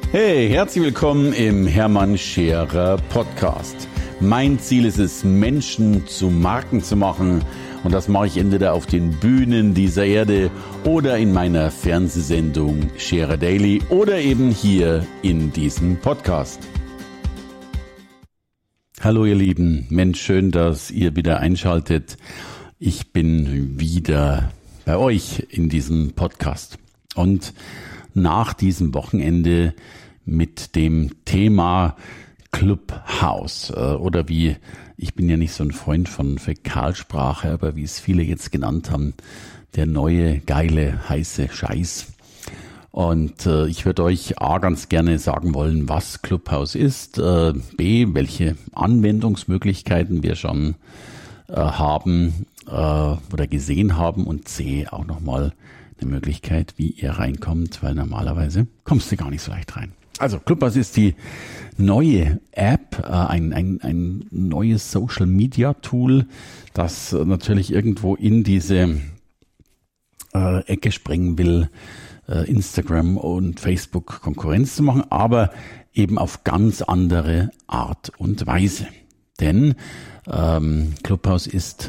Hey, herzlich willkommen im Hermann Scherer Podcast. Mein Ziel ist es, Menschen zu Marken zu machen. Und das mache ich entweder auf den Bühnen dieser Erde oder in meiner Fernsehsendung Scherer Daily oder eben hier in diesem Podcast. Hallo ihr Lieben, Mensch, schön, dass ihr wieder einschaltet. Ich bin wieder bei euch in diesem Podcast. Und nach diesem Wochenende mit dem Thema Clubhouse oder wie, ich bin ja nicht so ein Freund von Fäkalsprache, aber wie es viele jetzt genannt haben, der neue, geile, heiße Scheiß. Und ich würde euch A, ganz gerne sagen wollen, was Clubhouse ist, B, welche Anwendungsmöglichkeiten wir schon haben oder gesehen haben und C, auch nochmal eine Möglichkeit, wie ihr reinkommt, weil normalerweise kommst du gar nicht so leicht rein. Also Clubhouse ist die neue App, ein neues Social Media Tool, das natürlich irgendwo in diese Ecke springen will, Instagram und Facebook Konkurrenz zu machen, aber eben auf ganz andere Art und Weise. Denn Clubhouse ist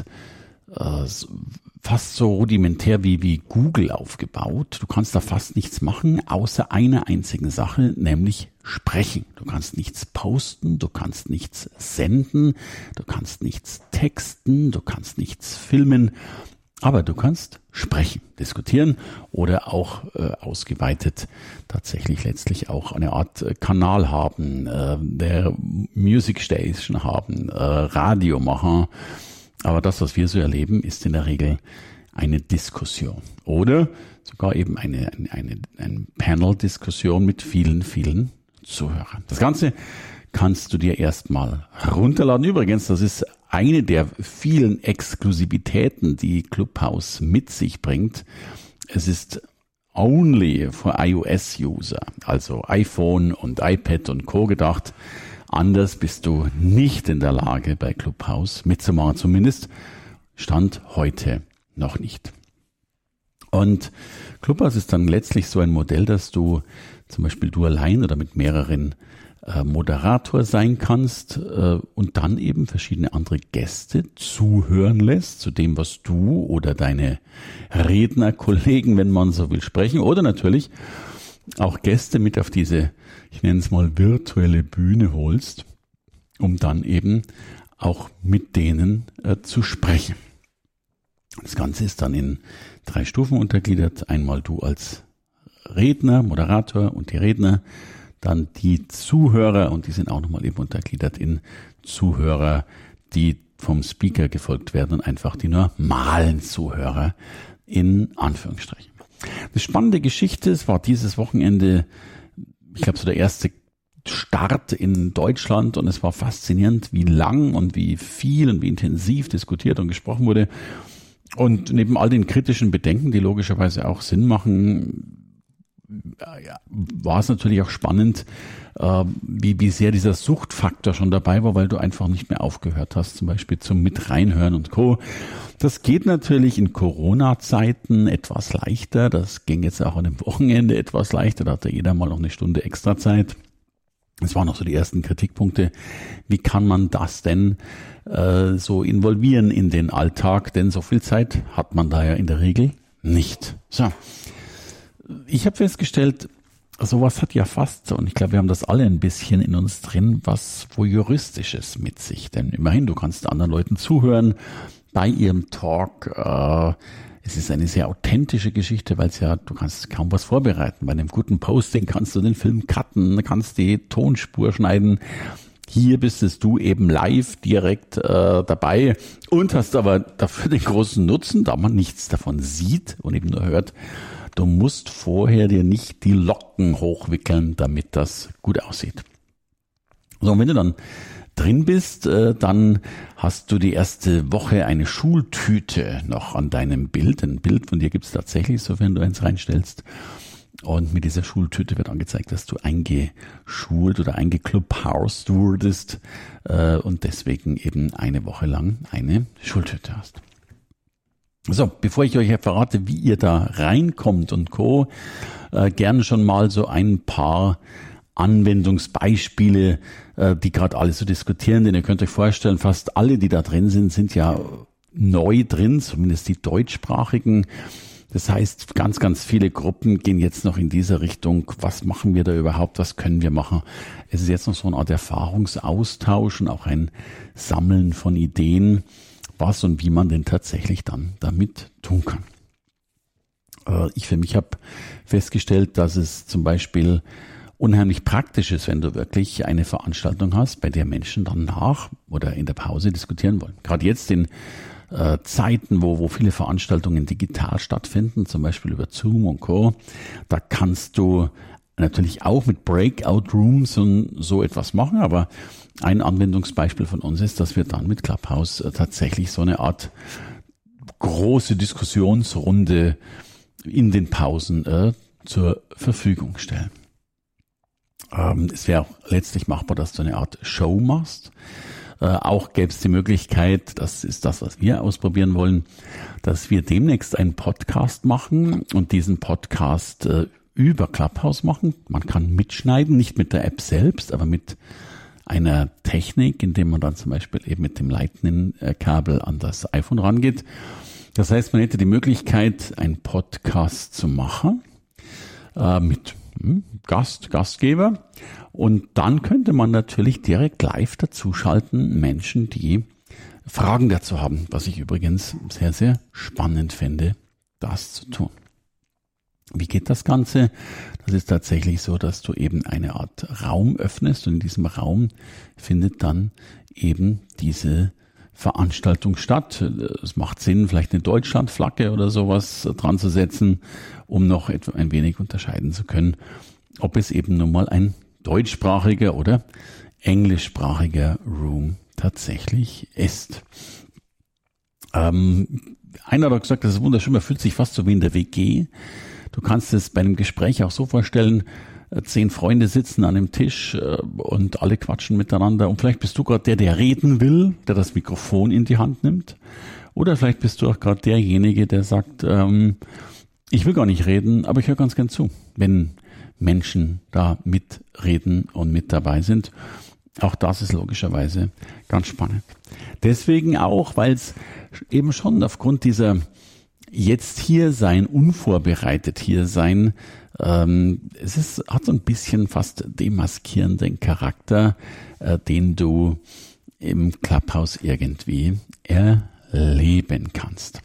fast so rudimentär wie Google aufgebaut. Du kannst da fast nichts machen, außer einer einzigen Sache, nämlich sprechen. Du kannst nichts posten, du kannst nichts senden, du kannst nichts texten, du kannst nichts filmen, aber du kannst sprechen, diskutieren oder auch ausgeweitet tatsächlich letztlich auch eine Art Kanal haben, der Music Station haben, Radio machen. Aber das, was wir so erleben, ist in der Regel eine Diskussion oder sogar eben eine Panel-Diskussion mit vielen, vielen Zuhörern. Das Ganze kannst du dir erstmal runterladen. Übrigens, das ist eine der vielen Exklusivitäten, die Clubhouse mit sich bringt. Es ist only for iOS-User, also iPhone und iPad und Co. gedacht. Anders bist du nicht in der Lage, bei Clubhouse mitzumachen, zumindest Stand heute noch nicht. Und Clubhouse ist dann letztlich so ein Modell, dass du zum Beispiel du allein oder mit mehreren Moderator sein kannst und dann eben verschiedene andere Gäste zuhören lässt zu dem, was du oder deine Rednerkollegen, wenn man so will, sprechen oder natürlich auch Gäste mit auf diese, ich nenne es mal, virtuelle Bühne holst, um dann eben auch mit denen zu sprechen. Das Ganze ist dann in 3 Stufen untergliedert. Einmal du als Redner, Moderator und die Redner, dann die Zuhörer und die sind auch nochmal eben untergliedert in Zuhörer, die vom Speaker gefolgt werden und einfach die normalen Zuhörer in Anführungsstrichen. Die spannende Geschichte, es war dieses Wochenende, ich glaube so der erste Start in Deutschland und es war faszinierend, wie lang und wie viel und wie intensiv diskutiert und gesprochen wurde. Und neben all den kritischen Bedenken, die logischerweise auch Sinn machen, war es natürlich auch spannend, wie sehr dieser Suchtfaktor schon dabei war, weil du einfach nicht mehr aufgehört hast, zum Beispiel zum Mit reinhören und Co. Das geht natürlich in Corona-Zeiten etwas leichter. Das ging jetzt auch an dem Wochenende etwas leichter. Da hatte jeder mal noch eine Stunde extra Zeit. Das waren noch so die ersten Kritikpunkte. Wie kann man das denn so involvieren in den Alltag? Denn so viel Zeit hat man da ja in der Regel nicht. So. Ich habe festgestellt, sowas hat ja fast, und ich glaube, wir haben das alle ein bisschen in uns drin, was Voyeuristisches mit sich. Denn immerhin, du kannst anderen Leuten zuhören bei ihrem Talk. Es ist eine sehr authentische Geschichte, weil du kannst kaum was vorbereiten. Bei einem guten Posting kannst du den Film cutten, kannst die Tonspur schneiden. Hier bist es du eben live direkt dabei und hast aber dafür den großen Nutzen, da man nichts davon sieht und eben nur hört. Du musst vorher dir nicht die Locken hochwickeln, damit das gut aussieht. So, und wenn du dann drin bist, dann hast du die erste Woche eine Schultüte noch an deinem Bild. Ein Bild von dir gibt es tatsächlich, sofern du eins reinstellst. Und mit dieser Schultüte wird angezeigt, dass du eingeschult oder eingeclubhoused wurdest und deswegen eben eine Woche lang eine Schultüte hast. So, bevor ich euch verrate, wie ihr da reinkommt und Co., gerne schon mal so ein paar Anwendungsbeispiele, die gerade alle so diskutieren, denn ihr könnt euch vorstellen, fast alle, die da drin sind, sind ja neu drin, zumindest die deutschsprachigen. Das heißt, ganz, ganz viele Gruppen gehen jetzt noch in diese Richtung. Was machen wir da überhaupt? Was können wir machen? Es ist jetzt noch so eine Art Erfahrungsaustausch und auch ein Sammeln von Ideen, was und wie man denn tatsächlich dann damit tun kann. Ich für mich habe festgestellt, dass es zum Beispiel unheimlich praktisch ist, wenn du wirklich eine Veranstaltung hast, bei der Menschen dann nach oder in der Pause diskutieren wollen. Gerade jetzt in Zeiten, wo viele Veranstaltungen digital stattfinden, zum Beispiel über Zoom und Co., da kannst du natürlich auch mit Breakout Rooms und so etwas machen, aber ein Anwendungsbeispiel von uns ist, dass wir dann mit Clubhouse tatsächlich so eine Art große Diskussionsrunde in den Pausen zur Verfügung stellen. Es wäre auch letztlich machbar, dass du eine Art Show machst. Auch gäbe es die Möglichkeit, das ist das, was wir ausprobieren wollen, dass wir demnächst einen Podcast machen und diesen Podcast über Clubhouse machen. Man kann mitschneiden, nicht mit der App selbst, aber mit einer Technik, indem man dann zum Beispiel eben mit dem Lightning-Kabel an das iPhone rangeht. Das heißt, man hätte die Möglichkeit, einen Podcast zu machen mit Gastgeber. Und dann könnte man natürlich direkt live dazuschalten, Menschen, die Fragen dazu haben, was ich übrigens sehr, sehr spannend fände, das zu tun. Wie geht das Ganze? Das ist tatsächlich so, dass du eben eine Art Raum öffnest und in diesem Raum findet dann eben diese Veranstaltung statt. Es macht Sinn, vielleicht eine Deutschlandflagge oder sowas dran zu setzen, um noch ein wenig unterscheiden zu können, ob es eben nun mal ein deutschsprachiger oder englischsprachiger Room tatsächlich ist. Einer hat gesagt, das ist wunderschön, man fühlt sich fast so wie in der WG. Du kannst es bei einem Gespräch auch so vorstellen, 10 Freunde sitzen an einem Tisch und alle quatschen miteinander und vielleicht bist du gerade der reden will, der das Mikrofon in die Hand nimmt, oder vielleicht bist du auch gerade derjenige, der sagt, ich will gar nicht reden, aber ich höre ganz gern zu, wenn Menschen da mitreden und mit dabei sind. Auch das ist logischerweise ganz spannend. Deswegen auch, weil es eben schon aufgrund dieser jetzt hier sein, unvorbereitet hier sein, hat so ein bisschen fast demaskierenden Charakter, den du im Clubhouse irgendwie erleben kannst.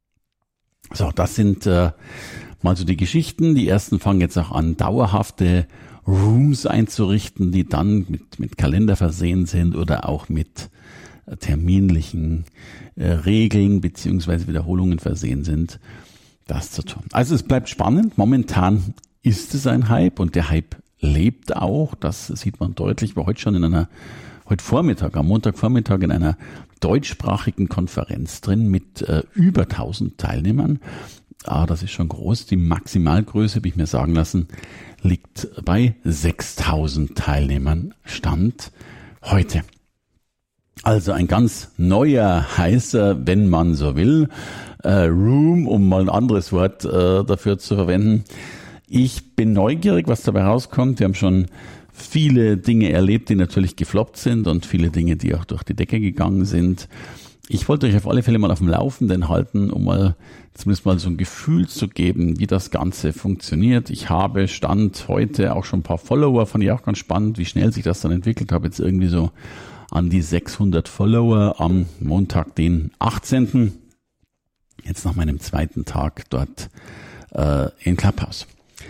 So, das sind mal so die Geschichten. Die ersten fangen jetzt auch an, dauerhafte Rooms einzurichten, die dann mit Kalender versehen sind oder auch mit terminlichen Regeln beziehungsweise Wiederholungen versehen sind, das zu tun. Also es bleibt spannend. Momentan ist es ein Hype und der Hype lebt auch. Das sieht man deutlich. Ich war heute Vormittag, am Montagvormittag in einer deutschsprachigen Konferenz drin mit über 1000 Teilnehmern. Das ist schon groß. Die Maximalgröße, habe ich mir sagen lassen, liegt bei 6000 Teilnehmern Stand heute. Also ein ganz neuer, heißer, wenn man so will, Room, um mal ein anderes Wort dafür zu verwenden. Ich bin neugierig, was dabei rauskommt. Wir haben schon viele Dinge erlebt, die natürlich gefloppt sind und viele Dinge, die auch durch die Decke gegangen sind. Ich wollte euch auf alle Fälle mal auf dem Laufenden halten, um mal zumindest mal so ein Gefühl zu geben, wie das Ganze funktioniert. Ich habe Stand heute auch schon ein paar Follower, fand ich auch ganz spannend, wie schnell sich das dann entwickelt habe. Jetzt irgendwie so an die 600 Follower am Montag, den 18. Jetzt nach meinem zweiten Tag dort in Clubhouse.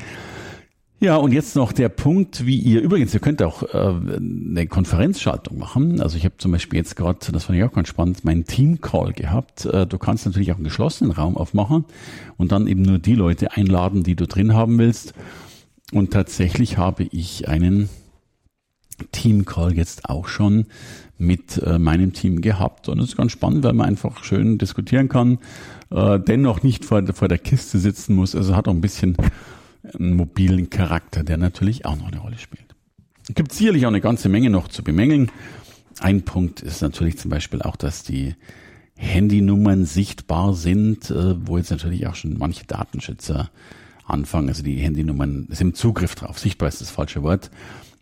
Ja, und jetzt noch der Punkt, ihr könnt auch eine Konferenzschaltung machen. Also ich habe zum Beispiel jetzt gerade, das fand ich auch ganz spannend, meinen Team-Call gehabt. Du kannst natürlich auch einen geschlossenen Raum aufmachen und dann eben nur die Leute einladen, die du drin haben willst. Und tatsächlich habe ich einen Team-Call jetzt auch schon mit meinem Team gehabt. Und es ist ganz spannend, weil man einfach schön diskutieren kann, dennoch nicht vor der Kiste sitzen muss. Also hat auch ein bisschen einen mobilen Charakter, der natürlich auch noch eine Rolle spielt. Es gibt sicherlich auch eine ganze Menge noch zu bemängeln. Ein Punkt ist natürlich zum Beispiel auch, dass die Handynummern sichtbar sind, wo jetzt natürlich auch schon manche Datenschützer anfangen. Also die Handynummern ist im Zugriff drauf. Sichtbar ist das falsche Wort.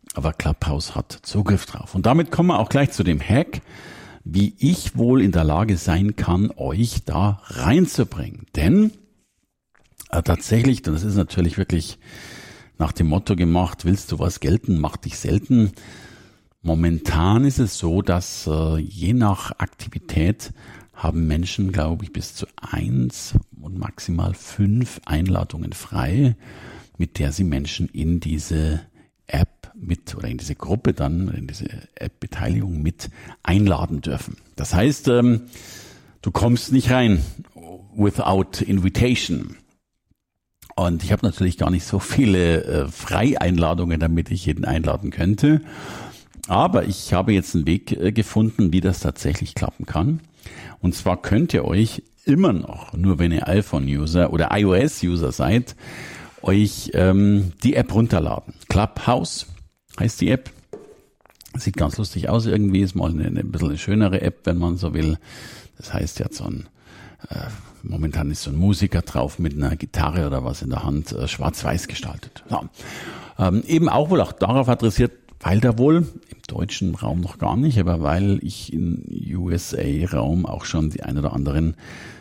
aber Clubhouse hat Zugriff drauf. Und damit kommen wir auch gleich zu dem Hack, wie ich wohl in der Lage sein kann, euch da reinzubringen. Denn tatsächlich, das ist natürlich wirklich nach dem Motto gemacht, willst du was gelten, mach dich selten. Momentan ist es so, dass je nach Aktivität haben Menschen, glaube ich, bis zu 1 und maximal 5 Einladungen frei, mit der sie Menschen in diese App mit oder in diese Gruppe dann, in diese App-Beteiligung mit einladen dürfen. Das heißt, du kommst nicht rein without invitation. Und ich habe natürlich gar nicht so viele Freieinladungen, damit ich jeden einladen könnte. Aber ich habe jetzt einen Weg gefunden, wie das tatsächlich klappen kann. Und zwar könnt ihr euch immer noch, nur wenn ihr iPhone-User oder iOS-User seid, euch die App runterladen. Clubhouse heißt die App. Sieht ganz lustig aus irgendwie, ist mal ein bisschen eine schönere App, wenn man so will. Das heißt, ja, momentan ist so ein Musiker drauf mit einer Gitarre oder was in der Hand, schwarz-weiß gestaltet. So. Eben auch wohl auch darauf adressiert, weil da wohl im deutschen Raum noch gar nicht, aber weil ich im USA-Raum auch schon die ein oder anderen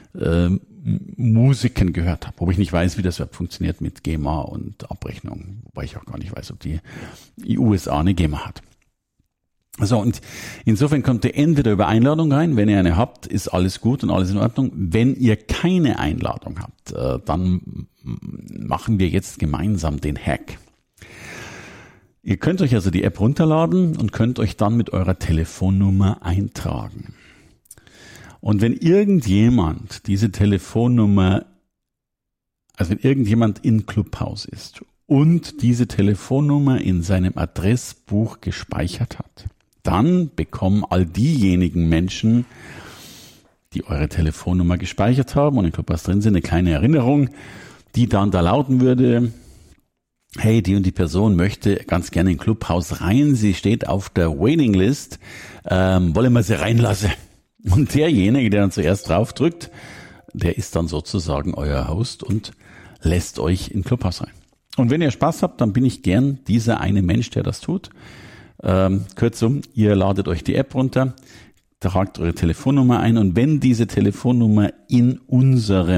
Musiken gehört habe, wo ich nicht weiß, wie das überhaupt funktioniert mit GEMA und Abrechnung, wobei ich auch gar nicht weiß, ob die USA eine GEMA hat. So, und insofern kommt ihr entweder über Einladung rein, wenn ihr eine habt, ist alles gut und alles in Ordnung. Wenn ihr keine Einladung habt, dann machen wir jetzt gemeinsam den Hack. Ihr könnt euch also die App runterladen und könnt euch dann mit eurer Telefonnummer eintragen. Und wenn irgendjemand diese Telefonnummer, also wenn irgendjemand in Clubhouse ist und diese Telefonnummer in seinem Adressbuch gespeichert hat, dann bekommen all diejenigen Menschen, die eure Telefonnummer gespeichert haben und in Clubhouse drin sind, eine kleine Erinnerung, die dann da lauten würde: Hey, die und die Person möchte ganz gerne in Clubhouse rein, sie steht auf der Waiting-List, wollen wir sie reinlassen? Und derjenige, der dann zuerst drauf drückt, der ist dann sozusagen euer Host und lässt euch in Clubhouse rein. Und wenn ihr Spaß habt, dann bin ich gern dieser eine Mensch, der das tut. Kurzum, ihr ladet euch die App runter, tragt eure Telefonnummer ein und wenn diese Telefonnummer in unserer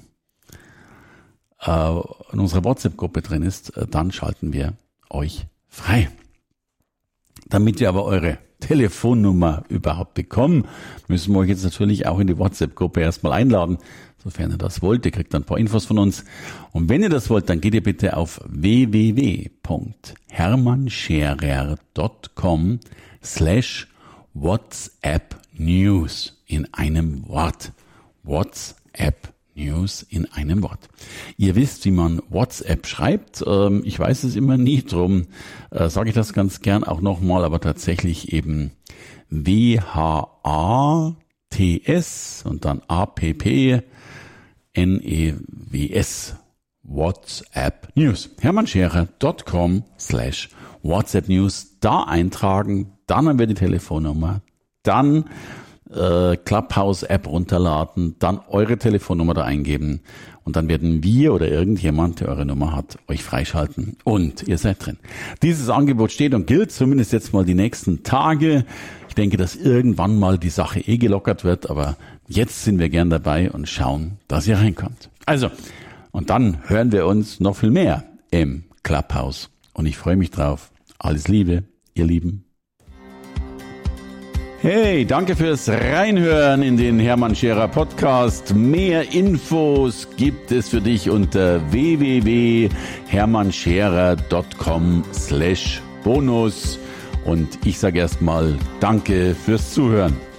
WhatsApp-Gruppe drin ist, dann schalten wir euch frei. Damit ihr aber eure Telefonnummer überhaupt bekommen, müssen wir euch jetzt natürlich auch in die WhatsApp-Gruppe erstmal einladen, sofern ihr das wollt. Ihr kriegt dann ein paar Infos von uns. Und wenn ihr das wollt, dann geht ihr bitte auf www.hermannscherer.com/WhatsApp-News in einem Wort. WhatsApp-News in einem Wort. Ihr wisst, wie man WhatsApp schreibt. Ich weiß es immer nie, drum sage ich das ganz gern auch nochmal, aber tatsächlich eben WHATS und dann APPNEWS. WhatsApp News. hermannscherer.com/WhatsApp News. Da eintragen, dann haben wir die Telefonnummer, dann Clubhouse-App runterladen, dann eure Telefonnummer da eingeben und dann werden wir oder irgendjemand, der eure Nummer hat, euch freischalten und ihr seid drin. Dieses Angebot steht und gilt, zumindest jetzt mal die nächsten Tage. Ich denke, dass irgendwann mal die Sache gelockert wird, aber jetzt sind wir gern dabei und schauen, dass ihr reinkommt. Also, und dann hören wir uns noch viel mehr im Clubhouse und ich freue mich drauf. Alles Liebe, ihr Lieben. Hey, danke fürs Reinhören in den Hermann Scherer Podcast. Mehr Infos gibt es für dich unter www.hermannscherer.com/bonus. Und ich sage erstmal Danke fürs Zuhören.